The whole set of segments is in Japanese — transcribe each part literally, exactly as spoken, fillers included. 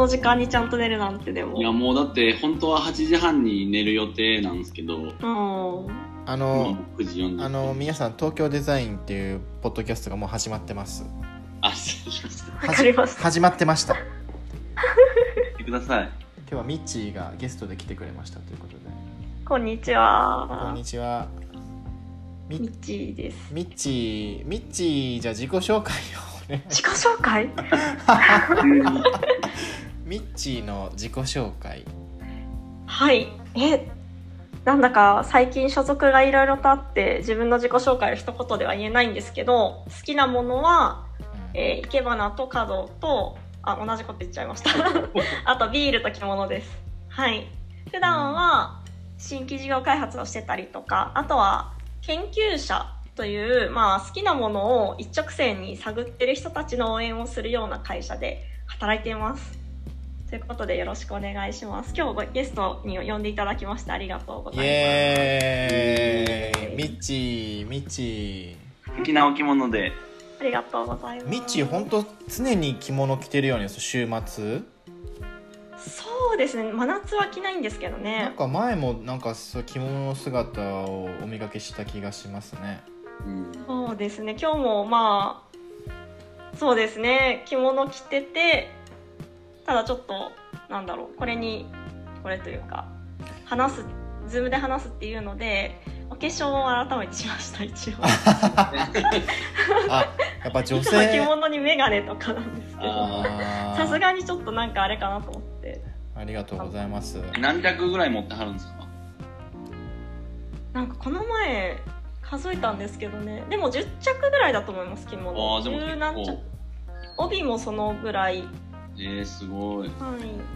の時間にちゃんと寝るなんて。でもいやもうだって本当ははちじはんに寝る予定なんですけど、うん、 あのあの皆さん、東京デザインっていうポッドキャストがもう始まってます。 あ、失礼しました。 わかりました。 始まってました。 言ってください。 今日はミッチーがゲストで来てくれましたということで。 こんにちは。 こんにちは。 ミッチーです。 ミッチー、ミッチー、じゃあ自己紹介をね。 自己紹介ミッチーの自己紹介。 はい。え、なんだか最近所属がいろいろとあって自分の自己紹介を一言では言えないんですけど、好きなものは、うん、えー、生け花と華道と、あ、同じこと言っちゃいましたあとビールと着物です。はい。普段は新規事業開発をしてたりとか、あとは研究者という、まあ、好きなものを一直線に探ってる人たちの応援をするような会社で働いています。ということでよろしくお願いします。今日ゲストに呼んでいただきましてありがとうございます。イエーイ。ミッチー、ミッチー。 素敵なお着物で。 ありがとうございます。 ミッチー本当常に着物着てるよね。週末。 そうですね。真夏は着ないんですけどね。 なんか前もなんか着物の姿をお見かけした気がしますね。 うん、そうですね。今日もまあそうですね。着物着てて。ただちょっとなんだろう、これにこれというか話すズームで話すっていうのでお化粧を改めてしました一応あ、やっぱ女性いつも着物にメガネとかなんですけど、さすがにちょっとなんかあれかなと思って。 ありがとうございます。 何着ぐらい持ってはるんですか？ なんかこの前数えたんですけどね、でもじゅっちゃくぐらいだと思います。着物あ、でも結構じゅう何着、帯もそのぐらい。 えー、すごい、はい、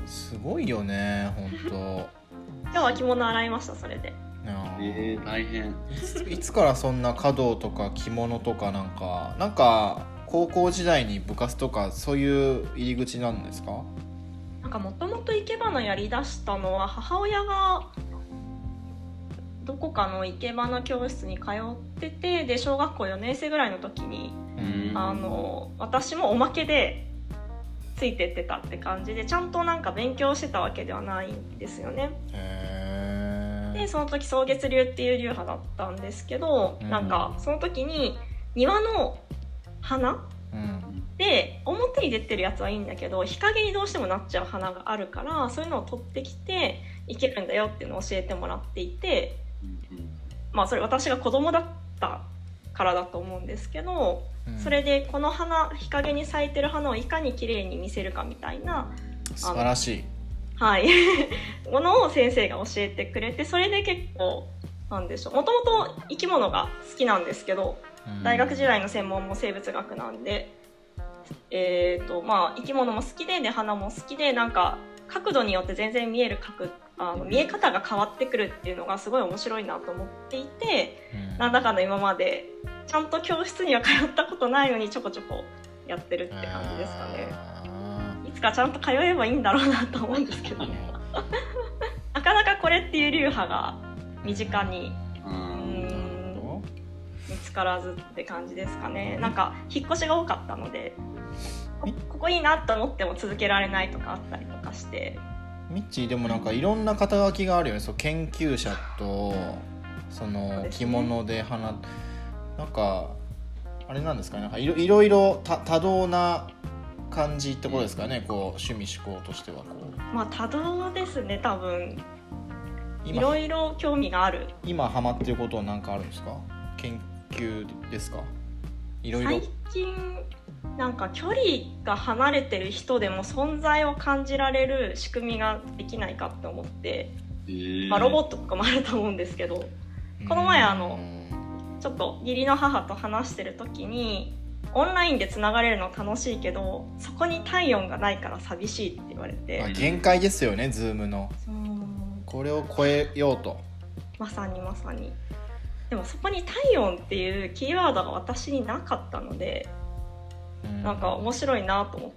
すごいよね本当今日は着物洗いました。それでえー、大変。 いつからそんな華道とか着物とかなんかなんか高校時代に部活とかそういう入り口なんですか？ なんかもともと生け花やりだしたのは母親がどこかの生け花教室に通ってて、で小学校よねん生ぐらいの時にあの私もおまけでついてってたって感じで、ちゃんとなんか勉強してたわけではないんですよね。へー。でその時草月流っていう流派だったんですけど、うん、なんかその時に庭の花、うん、で表に出てるやつはいいんだけど日陰にどうしてもなっちゃう花があるから、そういうのを取ってきていけるんだよっていうのを教えてもらっていて、うん、まあそれ私が子供だったからだと思うんですけど、うん、それでこの花、日陰に咲いてる花をいかに綺麗に見せるかみたいな素晴らしい、 はいものを先生が教えてくれて、それで結構なんでしょう、もともと生き物が好きなんですけど、うん、大学時代の専門も生物学なんで、えーとまあ、生き物も好きで、で花も好きで、なんか角度によって全然見える角あの見え方が変わってくるっていうのがすごい面白いなと思っていて、うん、なんだかの今までちゃんと教室には通ったことないのにちょこちょこやってるって感じですかね。いつかちゃんと通えばいいんだろうなと思うんですけどねなかなかこれっていう流派が身近にうーん見つからずって感じですかね。なんか引っ越しが多かったので こ, ここいいなと思っても続けられないとかあったりとかして。 ミッチーでもなんかいろんな肩書きがあるよね。そう研究者とその着物で花、なんかあれなんですかね、なんかいろいろいろ多動な感じってことですかね、こう趣味思考としてはこう。まあ多動ですね多分。いろいろ興味がある。 今ハマってることは何かあるんですか？研究ですか？いろいろ。 最近なんか距離が離れてる人でも存在を感じられる仕組みができないかって思って、えーまあ、ロボットとかもあると思うんですけど、この前あのちょっと義理の母と話してる時に、オンラインでつながれるの楽しいけどそこに体温がないから寂しいって言われて、 まあ、限界ですよね、ズームの。これを超えようと。 まさにまさに。でもそこに体温っていうキーワードが私になかったので、なんか面白いなと思って、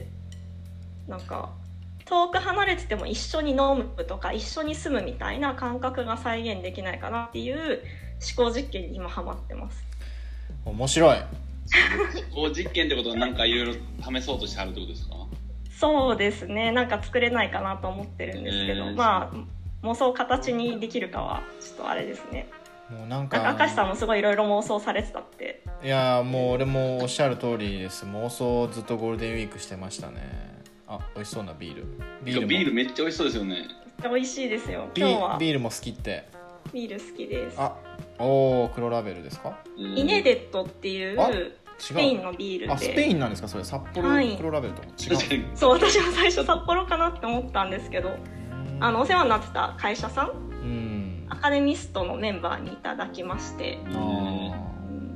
なんか遠く離れてても一緒に飲むとか一緒に住むみたいな感覚が再現できないかなっていう思考実験に今ハマってます。 面白い。 思考実験ってことはなんかいろいろ試そうとしてあるってことですか？ そうですね、なんか作れないかなと思ってるんですけど、 えー、 まあ妄想を形にできるかはちょっとあれですね。 もうなんかなんか明石さんもすごいいろいろ妄想されてたって。 いやもう俺もおっしゃる通りです。妄想をずっとゴールデンウィークしてましたね。あ、美味しそうなビール。 ビールビールめっちゃ美味しそうですよね。めっちゃ美味しいですよ。今日はビールも好きって。 ビール好きです。 あ、おー、黒ラベルですか？ イネデットっていうスペインのビールで。 あ、スペインなんですかそれ。札幌黒ラベルと違う、はい、 そう、私も最初札幌かなって思ったんですけど、あのお世話になってた会社さん、うん、アカデミストのメンバーにいただきまして、あ、うん、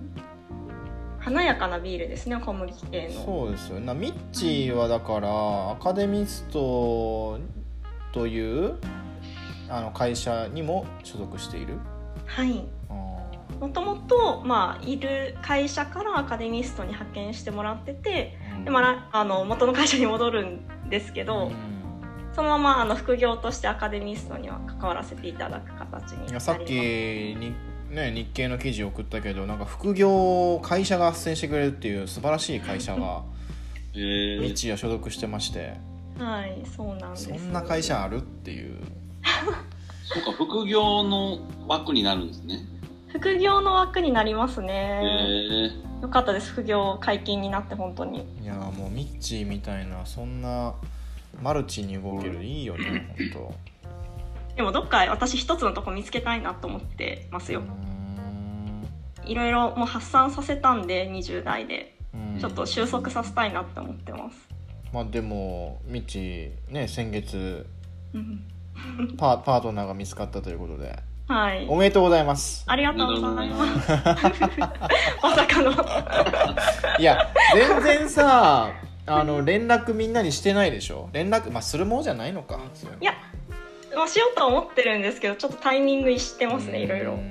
華やかなビールですね、小麦系の。 そうですよね。ミッチーはだからアカデミストというあの会社にも所属している。 はい、もともと、まあ、いる会社からアカデミストに派遣してもらってて、うん、でまあ、あの元の会社に戻るんですけど、うん、そのままあの副業としてアカデミストには関わらせていただく形になります。いや、 さっきに、ね、日経の記事を送ったけど、なんか副業会社が斡旋してくれるっていう素晴らしい会社がミッチーは所属してまして、 はい、そうなんです。 そんな会社あるっていうそうか、副業の枠になるんですね。 副業の枠になりますね。よかったです、副業解禁になって本当に。 いやもうミッチーみたいなそんなマルチに動ける、いいよね本当。 でもどっか私一つのとこ見つけたいなと思ってますよ。いろいろもう発散させたんでにじゅう代でちょっと収束させたいなって思ってます。 まあでもミッチーね、先月パ, パートナーが見つかったということで、 はい、 おめでとうございます。 ありがとうございますまさかのいや全然さ、あの連絡みんなにしてないでしょ。連絡、まあ、するものじゃないのか。そういうの、 いや、まあ、しようとは思ってるんですけど、ちょっとタイミングしてますね、いろいろ、うん、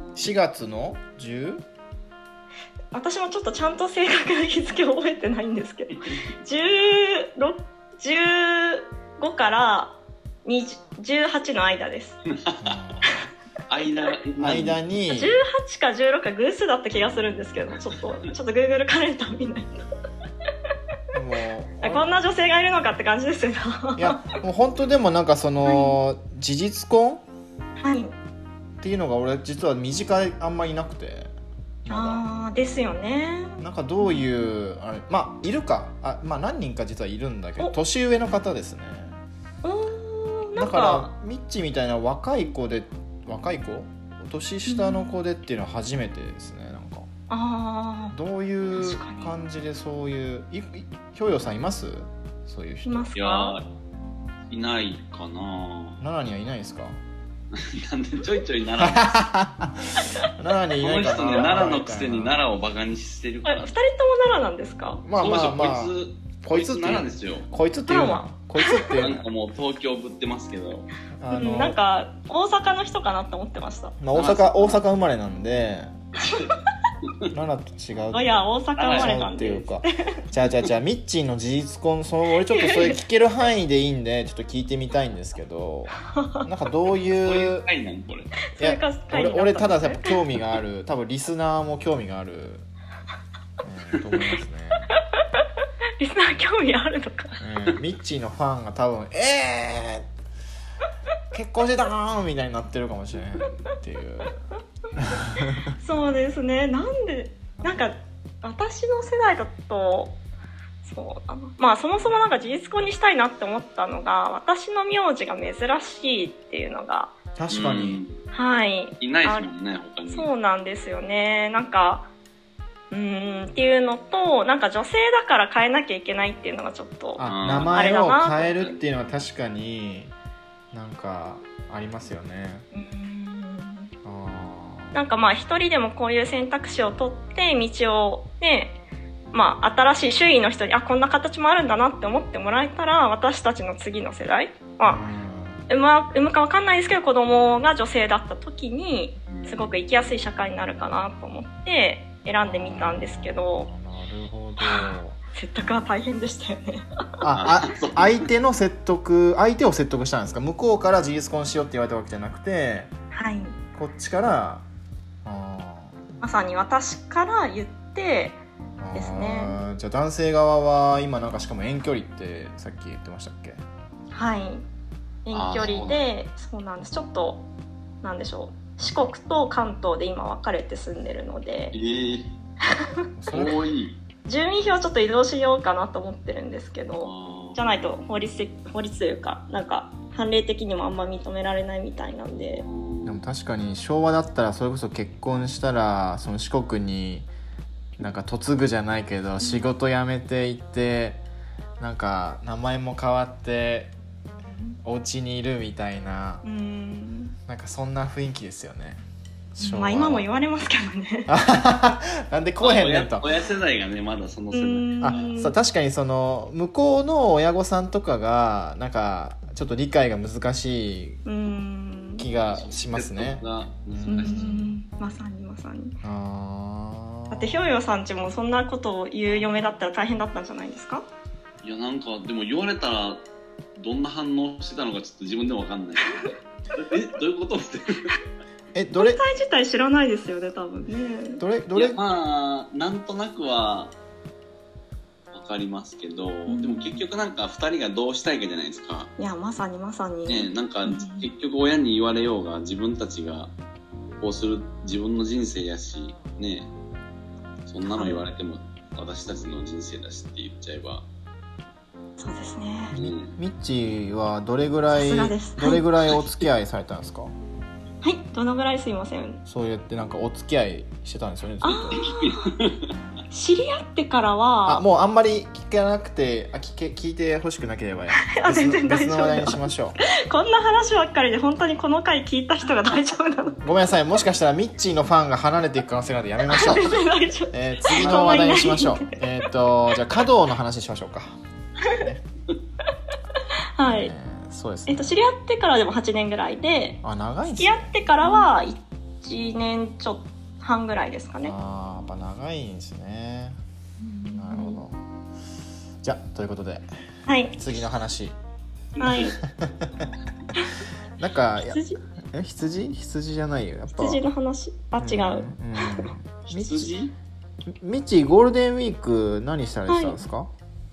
しがつのじゅう？私もちょっとちゃんと正確な日付を覚えてないんですけどじゅうろく、じゅうごからじゅうはちの間です間, 間にじゅうはちかじゅうろくか偶数だった気がするんですけど、ちょっとちょっと Google カレンダー見ないともうこんな女性がいるのかって感じですよねいやもう本当でもなんかその、はい、事実婚、 はい、 っていうのが俺実は身近であんまりいなくて、 あーですよね。 なんかどういうあれ、まあいるか、あ、まあ何人か実はいるんだけど、年上の方ですね。 おだからミッチみたいな若い子で、若い子年下の子でっていうのは初めてですね。なんかあどういう感じでそういういいひょうよさんいます？そういう人いますか？ いやいないかな。 奈良にはいないですか？ なんでちょいちょい奈良奈良にいないかな。 この人ね、奈良のくせに奈良をバカにしてるから。 ふたりとも奈良なんですか？ まあまあまあ、こいつこいつ奈良ですよ。 こいつっていうのこいつっていうのなんかもう東京ぶってますけど、 あの、うん、なんか大阪の人かなって思ってました。 まあ、大阪大阪生まれなんで奈良と違う。 いや大阪生まれなんでっていうか、じゃあじゃあじゃあミッチーの事実婚、その俺ちょっとそれ聞ける範囲でいいんでちょっと聞いてみたいんですけど、なんかどういう。 どういう回なんこれ。 いや俺俺ただやっぱ興味がある、多分リスナーも興味がある、うん、と思いますね。 リスナー興味あるのか、 うん、ミッチーのファンが多分えー結婚してたなーみたいになってるかもしれないっていうそうですね。なんでなんか私の世代だとそうあのまあそもそもなんか事実婚にしたいなって思ったのが、私の名字が珍しいっていうのが確かに、 うん、はいいないですもんね他に。 そうなんですよね。なんかうーんっていうのと、なんか女性だから変えなきゃいけないっていうのがちょっとあ名前を変えるっていうのは確かになんかありますよね。うーんあなんかまあ一人でもこういう選択肢を取って道をね、まあ新しい周囲の人にあこんな形もあるんだなって思ってもらえたら、私たちの次の世代、まあ、産む、産むか分かんないですけど子供が女性だった時にすごく生きやすい社会になるかなと思って選んでみたんですけど。 なるほど説得は大変でしたよねああ相手の説得相手を説得したんですか？向こうから事実婚しようって言われたわけじゃなくて、 はい、 こっちからあまさに私から言ってですね。 じゃあ男性側は今なんかしかも遠距離ってさっき言ってましたっけ？ はい、遠距離で、そうなんです。ちょっとなんでしょう、四国と関東で今分かれて住んでるので、 えー、遠い。 住民票ちょっと移動しようかなと思ってるんですけど、じゃないと法律的法律というかなんか判例的にもあんま認められないみたいなんで。 でも確かに昭和だったらそれこそ結婚したらその四国になんか嫁ぐじゃないけど仕事辞めていってなんか名前も変わってお家にいるみたいな、 うーん、 なんかそんな雰囲気ですよね。 まあ今も言われますけどね。 なんでこうへんねんと。 親、親世代がねまだその世代。 あ、そう、確かにその向こうの親御さんとかがなんかちょっと理解が難しい気がしますね。 が難しい。 まさにまさに。 あ、 だってひょうようさんちもそんなことを言う嫁だったら大変だったんじゃないですか？ いやなんかでも言われたらどんな反応してたのかちょっと自分でも分かんない。えどういうことって。 えどれ交際自体知らないですよね多分ね。 どれどれまあなんとなくは分かりますけど、うん、でも結局なんかふたりがどうしたいかじゃないですか。 いやまさにまさに、 ね、なんか結局親に言われようが自分たちがこうする自分の人生やしね、そんなの言われても私たちの人生だしって言っちゃえば。 そうですね。 うん、 ミッチーはどれぐらいどれぐらいお付き合いされたんですか？ はい、どのぐらいすいません。 そうやってなんかお付き合いしてたんですよね。ずっと知り合ってからはあもうあんまり聞かなくてあ聞け聞いてほしくなければあ全然大丈夫。 別の話題にしましょう。こんな話ばっかりで本当にこの回聞いた人が大丈夫なの？ ごめんなさい、もしかしたらミッチーのファンが離れていく可能性があるのでやめましょう。 全然大丈夫。 えー、次の話題にしましょう。えっとじゃあ華道の話しましょうか。ね、 はい。 えーそうですね、 えっと、知り合ってからでもはちねんぐらいで、 あ長いんですね、 付き合ってからはいちねんちょっと半ぐらいですかね。 あやっぱ長いんですね。なるほど。じゃあということで、 はい、 次の話。 はいなんか羊え羊羊じゃないよやっぱ羊の話あ違う、うんうん、 羊ミッチーゴールデンウィーク何されてたんですか？はい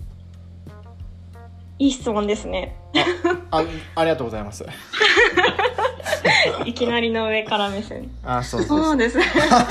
いい質問ですね。 あ, あ, ありがとうございます。 いきなりの上から目線。 あ、そうそうそう。 そうですね。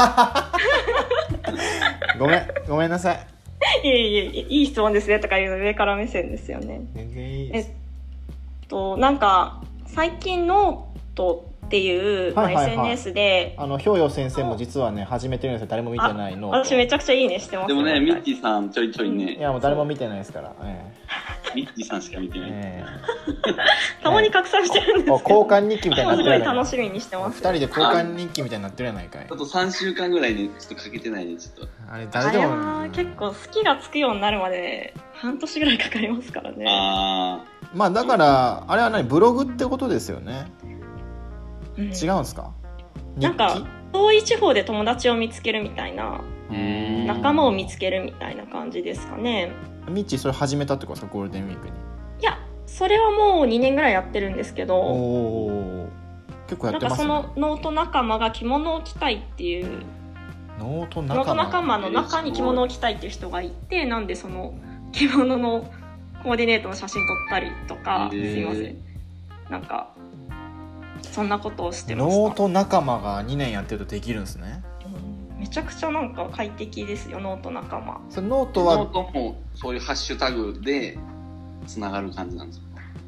ごめん、ごめんなさい。 いえいえいえ、いい質問ですねとかいう上から目線ですよね。 全然いいです。 えっとなんか最近ノートっていう、はいはいはい、エスエヌエス であのひょうよう先生も実はね始めてるんですよ。誰も見てないの。 私めちゃくちゃいいねしてます。 でもねミッチーさんちょいちょいね。 いやもう誰も見てないですから。ええ、ミッチーさんしか見てない。えー、たまに拡散してるんですけど。 交換日記みたいになってるやないか。 すごい楽しみにしてます。 ふたりで交換日記みたいになってるやないかい。 あとさんしゅうかんぐらいでちょっとかけてないでちょっと。 あれ誰でも。あれは結構好きがつくようになるまで半年ぐらいかかりますからね。 ああ。 まあだからあれは何ブログってことですよね。うん、違うんですか？ なんか遠い地方で友達を見つけるみたいな、仲間を見つけるみたいな感じですかね。 ミッチーそれ始めたってことですか？ゴールデンウィークに。 いやそれはもうにねんぐらいやってるんですけど、 お結構やってますね。 なんかそのノート仲間が着物を着たいっていうノート仲間ノート仲間の中に着物を着たいっていう人がいて、なんでその着物のコーディネートの写真撮ったりとか、すいませんなんかそんなことをしてました。 ノート仲間がにねんやってるとできるんですね、 うん、めちゃくちゃなんか快適ですよノート仲間。 そのノートはノートもそういうハッシュタグでつながる感じなんですか？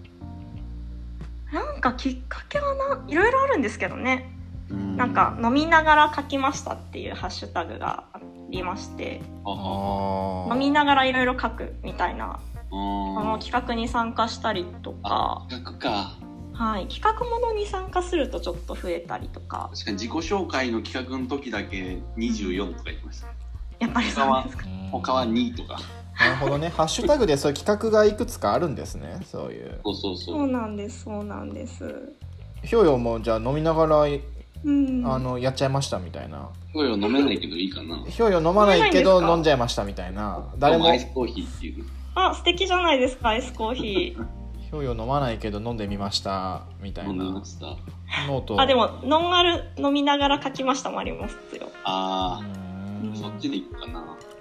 なんかきっかけはないろいろあるんですけどね。んなんか飲みながら書きましたっていうハッシュタグがありまして、あ飲みながらいろいろ書くみたいなあの企画に参加したりとか。 企画か。 はい、企画ものに参加するとちょっと増えたりとか。 確かに自己紹介の企画の時だけにじゅうよんとか言ってました。 やっぱりそうですか。 他はにとか。 なるほどね。ハッシュタグでそういう企画がいくつかあるんですね。そういう。 そうそうそう。 そうなんですそうなんです。 ひょうようもじゃあ飲みながら、 うん、 あのやっちゃいましたみたいな。 ひょうよう飲めないけどいいかな。 ひょうよう飲まないけど飲んじゃいましたみたいな。 誰もアイスコーヒーっていう。 あ素敵じゃないですかアイスコーヒー。 ひょうよう飲まないけど飲んでみましたみたいな。 飲んでました。 ノート。 あでもノンアル飲みながら書きましたもありますよ。 ああ、そっちでいくかな。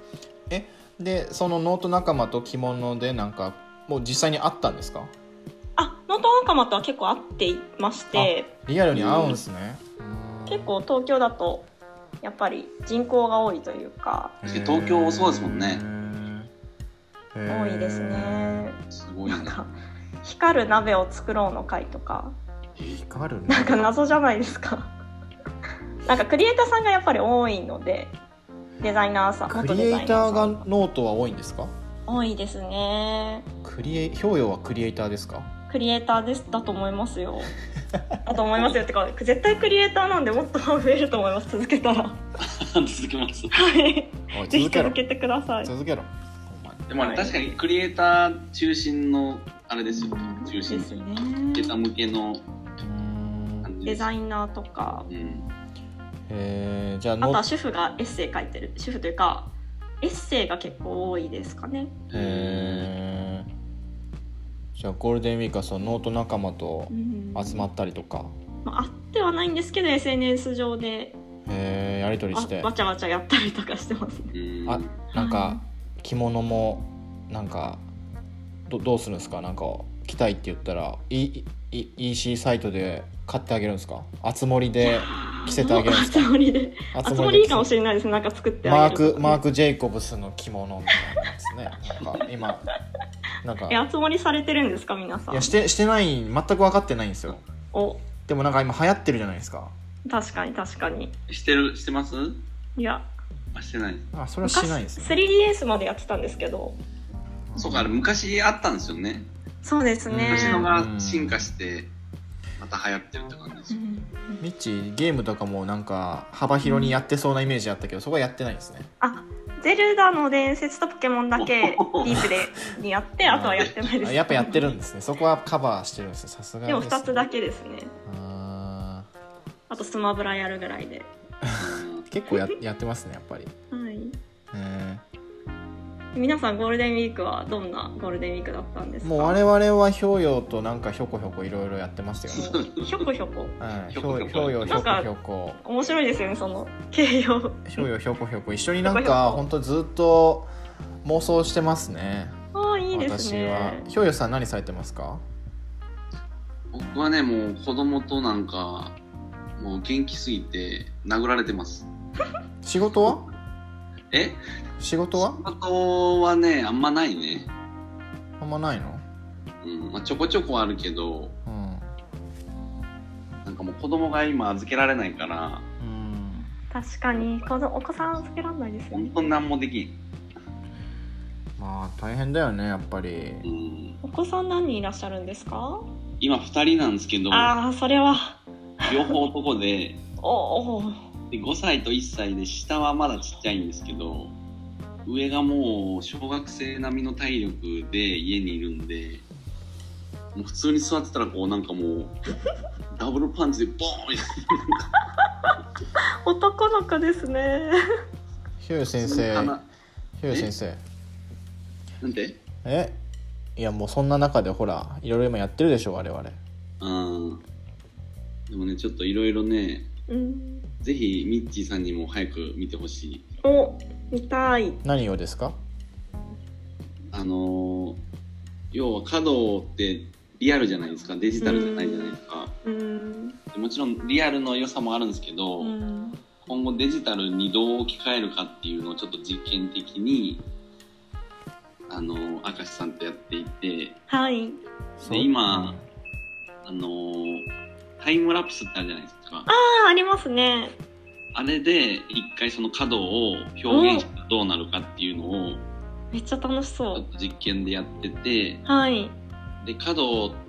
えでそのノート仲間と着物でなんかもう実際に会ったんですか？ あ、ノート仲間とは結構会っていまして、 リアルに会うんですね。 うん、結構東京だとやっぱり人口が多いというか、 東京そうですもんね。 多いですね。 すごいな。 なんか光る鍋を作ろうの会とか、 光るなんか謎じゃないですか。なんかクリエイターさんがやっぱり多いので、デザイナーさん、 クリエイターがノートは多いんですか？ 多いですね。 クリエヒョウヨウはクリエイターですか？ クリエイターですだと思いますよ。だと思いますよ。ってか絶対クリエイターなんでもっと増えると思います。続けたら。 続けます。 はい。ぜひ続けろ続けてください。 続けろ。 でも、ね、確かにクリエイター中心のあれですよ。中心ですね。 クリエイター向けのデザイナーとか。うん、 えー、じゃあ、 あとは主婦がエッセイ書いてる。主婦というかエッセイが結構多いですかね。 へー。じゃあゴールデンウィークはそのノート仲間と集まったりとか、 うん、まあ、あってはないんですけど エスエヌエス 上で、 えー、やり取りしてわちゃわちゃやったりとかしてますね。 あ、なんか着物もなんか ど, どうするんですか？なんか着たいって言ったら イーシー サイトで買ってあげるんですか？あつ森で着せてあげるんですか？ あつ森であつ森いいかもしれないです。なんか作ってあげるマークマーク・ジェイコブスの着物みたいなやつね。なんか今なんかえ、あつ森されてるんですか皆さん？ いやしてしてない全く分かってないんですよ。 おでもなんか今流行ってるじゃないですか。 確かに確かに。 してるしてます？ いや、 あ、してない。 あ、それはしないですね。 スリーディーエス までやってたんですけど。 そうか、あれ昔あったんですよね。 そうですね。 昔のが進化してまた流行ってるって感じですよ。 ミッチゲームとかもなんか幅広にやってそうなイメージあったけど、そこはやってないんですね。 あ、ゼルダの伝説とポケモンだけディープでにやってあとはやってないです。 やっぱやってるんですね。そこはカバーしてるんですね。さすがです、ね。 でもふたつだけですね。 ああとスマブラやるぐらいで結構 や, やってますねやっぱり。 はい。 えー、皆さんゴールデンウィークはどんなゴールデンウィークだったんですか？ もう我々はひょうようとなんかひょこひょこいろいろやってますよね。 ひょこひょこ、 はい、ひょうようひょこひょこ面白いですよね、その形容。 ひょうようひょこひょこ一緒になんか本当ずっと妄想してますね。 ああ、いいですね。 私はひょうようさん何されてますか？ 僕はね、もう子供となんかもう元気すぎて殴られてます。 仕事は？ え？ 仕事は？ 仕事はね、あんまないね。 あんまないの？ うん、まあ、ちょこちょこあるけど、 うん、 なんかもう子供が今預けられないから、 うん、 確かにお子さん預けられないですよね。 本当に何もできん。 まあ大変だよねやっぱり。 うん、 お子さん何人いらっしゃるんですか？ 今ふたりなんですけど、 ああ、それは両方男で、 おお。 でごさいといっさいで、下はまだちっちゃいんですけど、上がもう小学生並みの体力で家にいるんで、もう普通に座ってたらこうなんかもうダブルパンチでボーンみたいな。 男の子ですね。 ひょうよう先生、ひょうよう先生。 なんで？ え？いやもうそんな中でほらいろいろ今やってるでしょ我々。 うん。でもね、ちょっといろいろね、うん、ぜひミッチーさんにも早く見てほしい。 お、見たい。 何をですか？ あの要は華道ってリアルじゃないですか、デジタルじゃないじゃないですか。うん、もちろんリアルの良さもあるんですけど、うん、今後デジタルにどう置き換えるかっていうのをちょっと実験的にあの明石さんとやっていて、 はい。 で今あのタイムラプスってあるじゃないですか。 ああ、ありますね。 あれで一回その華道を表現してどうなるかっていうのをめっちゃ楽しそう。 実験でやってて、 はい。 で華道って、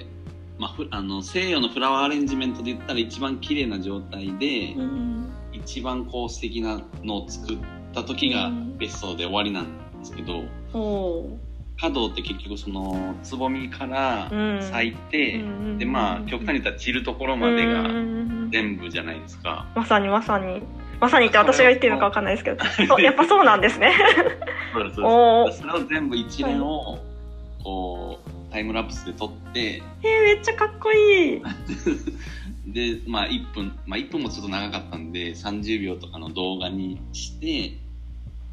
まあ、あの西洋のフラワーアレンジメントで言ったら一番綺麗な状態で、うん、一番こう素敵なのを作った時がベストで終わりなんですけど、うん、華道って結局そのつぼみから咲いて、うん、でまあ極端に言ったら散るところまでが全部じゃないですか。 まさにまさにまさにって私が言ってるのか分かんないですけどそうやっぱそうなんですね。 そうですそうです。それを全部一連をこうタイムラプスで撮って、 えー、めっちゃかっこいい。 でまあいっぷん、まあいっぷんもちょっと長かったんでさんじゅうびょうとかの動画にして、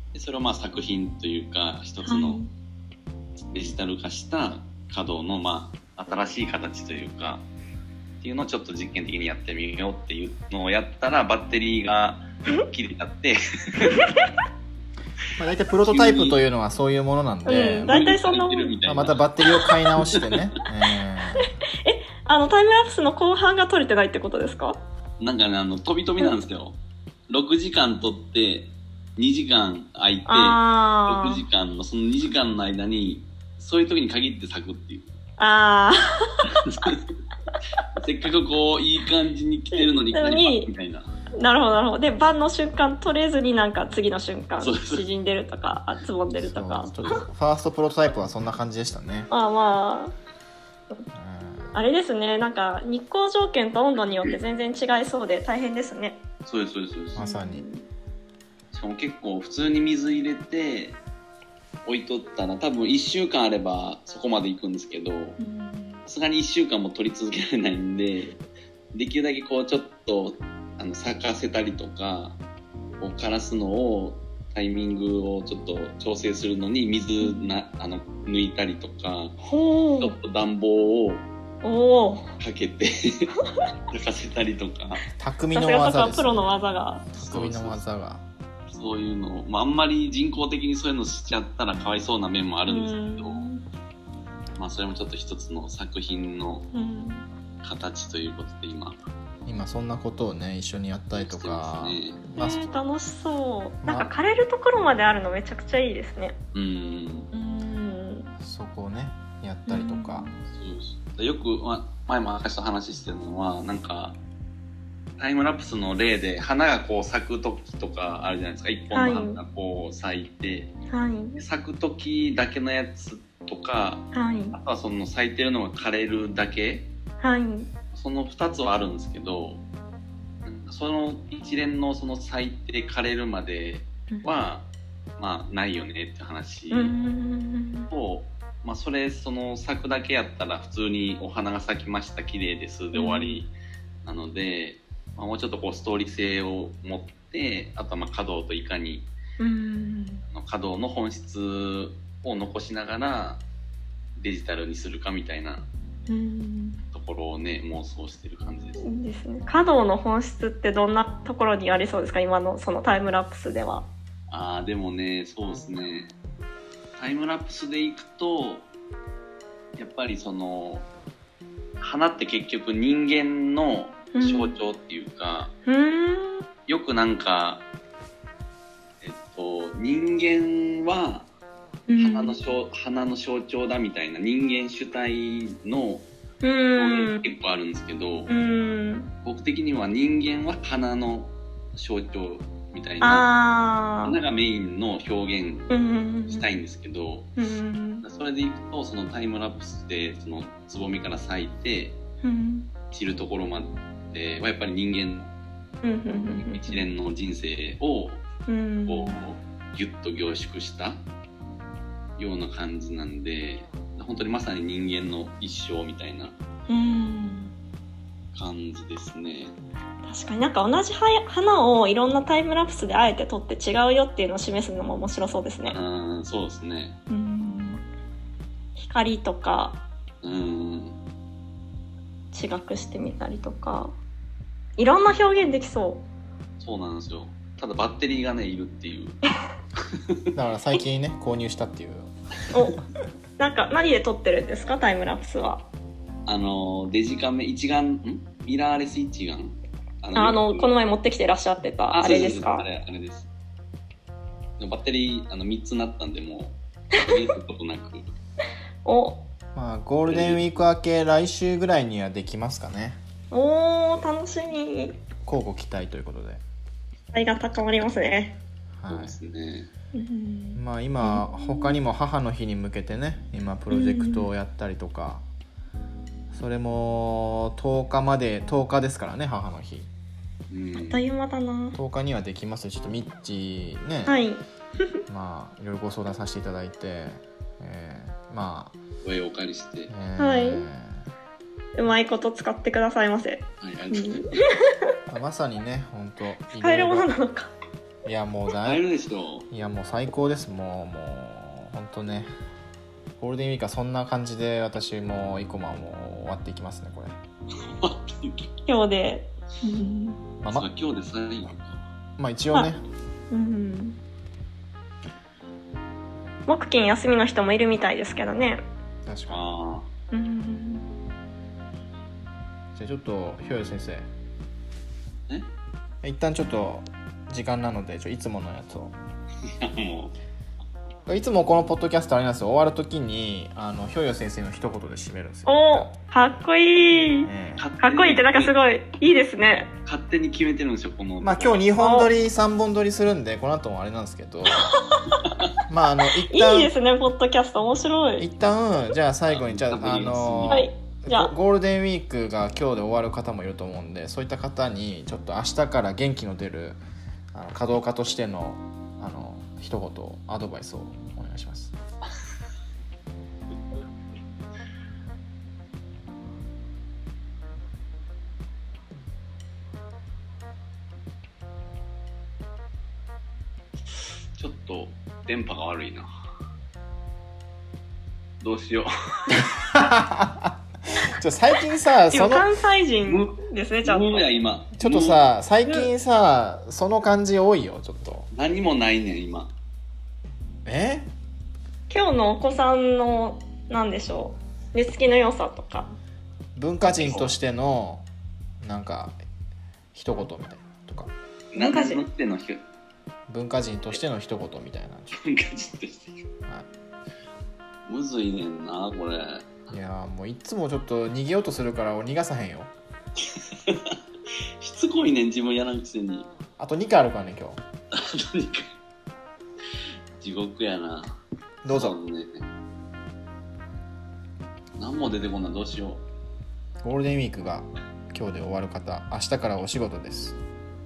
でそれをまあ作品というか一つのデジタル化した稼働のまあ新しい形というかっていうのをちょっと実験的にやってみようっていうのをやったらバッテリーが切れちゃってまあ大体プロトタイプというのはそういうものなんで、 うん、大体そんなもん、 まあ、またバッテリーを買い直してね、 えー、えあのタイムラプスの後半が撮れてないってことですか？ なんかねあの飛び飛びなんですよ、うん、ろくじかん撮ってにじかん空いてあろくじかんのそのにじかんの間にそういう時に限って咲くっていうあせっかくこういい感じに来てるのに何みたいな。 なるほどなるほど。で晩の瞬間取れずになんか次の瞬間縮んでるとかあつぼんでるとか。 ファーストプロトタイプはそんな感じでしたね。 ああまあ、うん、あれですね、なんか日光条件と温度によって全然違いそうで大変ですね。 そうですそうですそうです。 まさに。 しかも結構普通に水入れて置いとったら多分いっしゅうかんあればそこまで行くんですけど、さすがにいっしゅうかんも取り続けられないんで、できるだけこうちょっとあの咲かせたりとかこう枯らすのをタイミングをちょっと調整するのに水なあの抜いたりとか、ちょっと暖房をおかけて咲かせたりとか、 匠の技です、ね、 プロの技が匠の技がそういうのを、まあ、あんまり人工的にそういうのしちゃったらかわいそうな面もあるんですけど、まあそれもちょっと一つの作品の形ということで今今そんなことをね一緒にやったりとか、 ねまあ、えー、楽しそう、ま、なんか枯れるところまであるのめちゃくちゃいいですね。 うんうんそこをねやったりとか、 そうよく、ま、前も明石と話してるのはなんかタイムラプスの例で花がこう咲く時とかあるじゃないですか。一本の花がこう咲いて、はい、咲く時だけのやつとか、はい、あとはその咲いてるのが枯れるだけ、はい、そのふたつはあるんですけど、その一連のその咲いて枯れるまでは、うん、まあないよねって話と、まあそれその咲くだけやったら普通にお花が咲きました綺麗ですで終わりなので、まあ、もうちょっとこうストーリー性を持って、あとはまあ華道といかに華道の本質を残しながらデジタルにするかみたいなところをね妄想してる感じです。 いいですね。華道の本質ってどんなところにありそうですか、今のそのタイムラプスでは。 あーでもねそうですね、タイムラプスでいくとやっぱりその花って結局人間の象徴っていうか、うん、よくなんかえっと人間は花の、うん、花の象徴だみたいな人間主体の表現結構あるんですけど、うん、僕的には人間は花の象徴みたいな、花がメインの表現したいんですけど、うん、それでいくとそのタイムラプスでそのつぼみから咲いて散るところまではやっぱり人間一連の人生をこうギュッと凝縮したような感じなんで、本当にまさに人間の一生みたいな感じですね。 確かになんか同じ花をいろんなタイムラプスであえて撮って違うよっていうのを示すのも面白そうですね。 うんそうですね。うん光とかうん違くしてみたりとかいろんな表現できそう。 そうなんですよ。ただバッテリーがねいるっていうだから最近ね購入したっていうおなんか何で撮ってるんですかタイムラプスは。 あのデジカメ一眼んミラーレス一眼あのあのこの前持ってきてらっしゃってた あ, あれですか。 あれあれです。バッテリーあのみっつなったんでもう見ることなくおまあゴールデンウィーク明け来週ぐらいにはできますかね。 おー楽しみ。 交互期待ということで期待が高まりますね。 はい、そうですね。 まあ今他にも母の日に向けてね今プロジェクトをやったりとか、それもとおかまでとおかですからね母の日。 あっという間だな。 とおかにはできます。ちょっとミッチね、 はい、 まあいろいろご相談させていただいて、えー、まあ声をお借りして、 えー、はい、うまいこと使ってくださいませ。 はい、ありがとうございます。 まさにね本当使えるものなのかいやもうだいぶでしょ。 いやもう最高です。もうもう本当ね、ゴールデンウィークはそんな感じで私もイコマンも終わっていきますねこれ。 今日で、 まあ、ま今日で最後か。 まあ一応ね。 うん。木金休みの人もいるみたいですけどね。 確かに。 あうん。 じゃあちょっとひょよ先生。 え？ 一旦ちょっと時間なのでちょいつものやつを。いやもう。いつもこのポッドキャストあれなんですよ、終わるときにあのひょよ先生の一言で締めるんですよ。 お、かっこいい、えー、かっこいいってなんかすごいいいですね。 勝手に決めてるんですよこの。 まあ今日にほん撮りさんぼん撮りするんでこの後もあれなんですけどまああの一旦いいですねポッドキャスト面白い。 一旦じゃあ最後にじゃああの、はい、じゃあゴールデンウィークが今日で終わる方もいると思うんで、そういった方にちょっと明日から元気の出るあの稼働家としてのあの一言アドバイスをお願いします。 ちょっと電波が悪いな。どうしよう。 ちょ最近さ、その関西人ですねちゃんと。 今ちょっとさ最近さその感じ多いよちょっと。 何もないねん今。 え？ 今日のお子さんのなんでしょう、寝つきの良さとか。 文化人としてのなんか一言みたいなとか。 文化人としての人。 文化人としての一言みたいな。 文化人として。はい。むずいねんなこれ。 いやもういつもちょっと逃げようとするから逃がさへんよ。 しつこいねん自分やらんくせに。 あとにかいあるからね今日。 あとにかい。地獄やな。 どうぞ。 ね、何も出てこんなどうしよう。ゴールデンウィークが今日で終わる方、明日からお仕事です。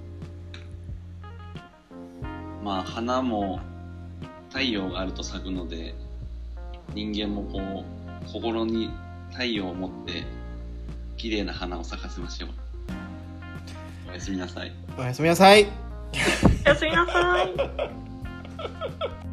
まあ花も太陽があると咲くので、人間もこう心に太陽を持って綺麗な花を咲かせましょう。おやすみなさい。 おやすみなさい。 おやすみなさい。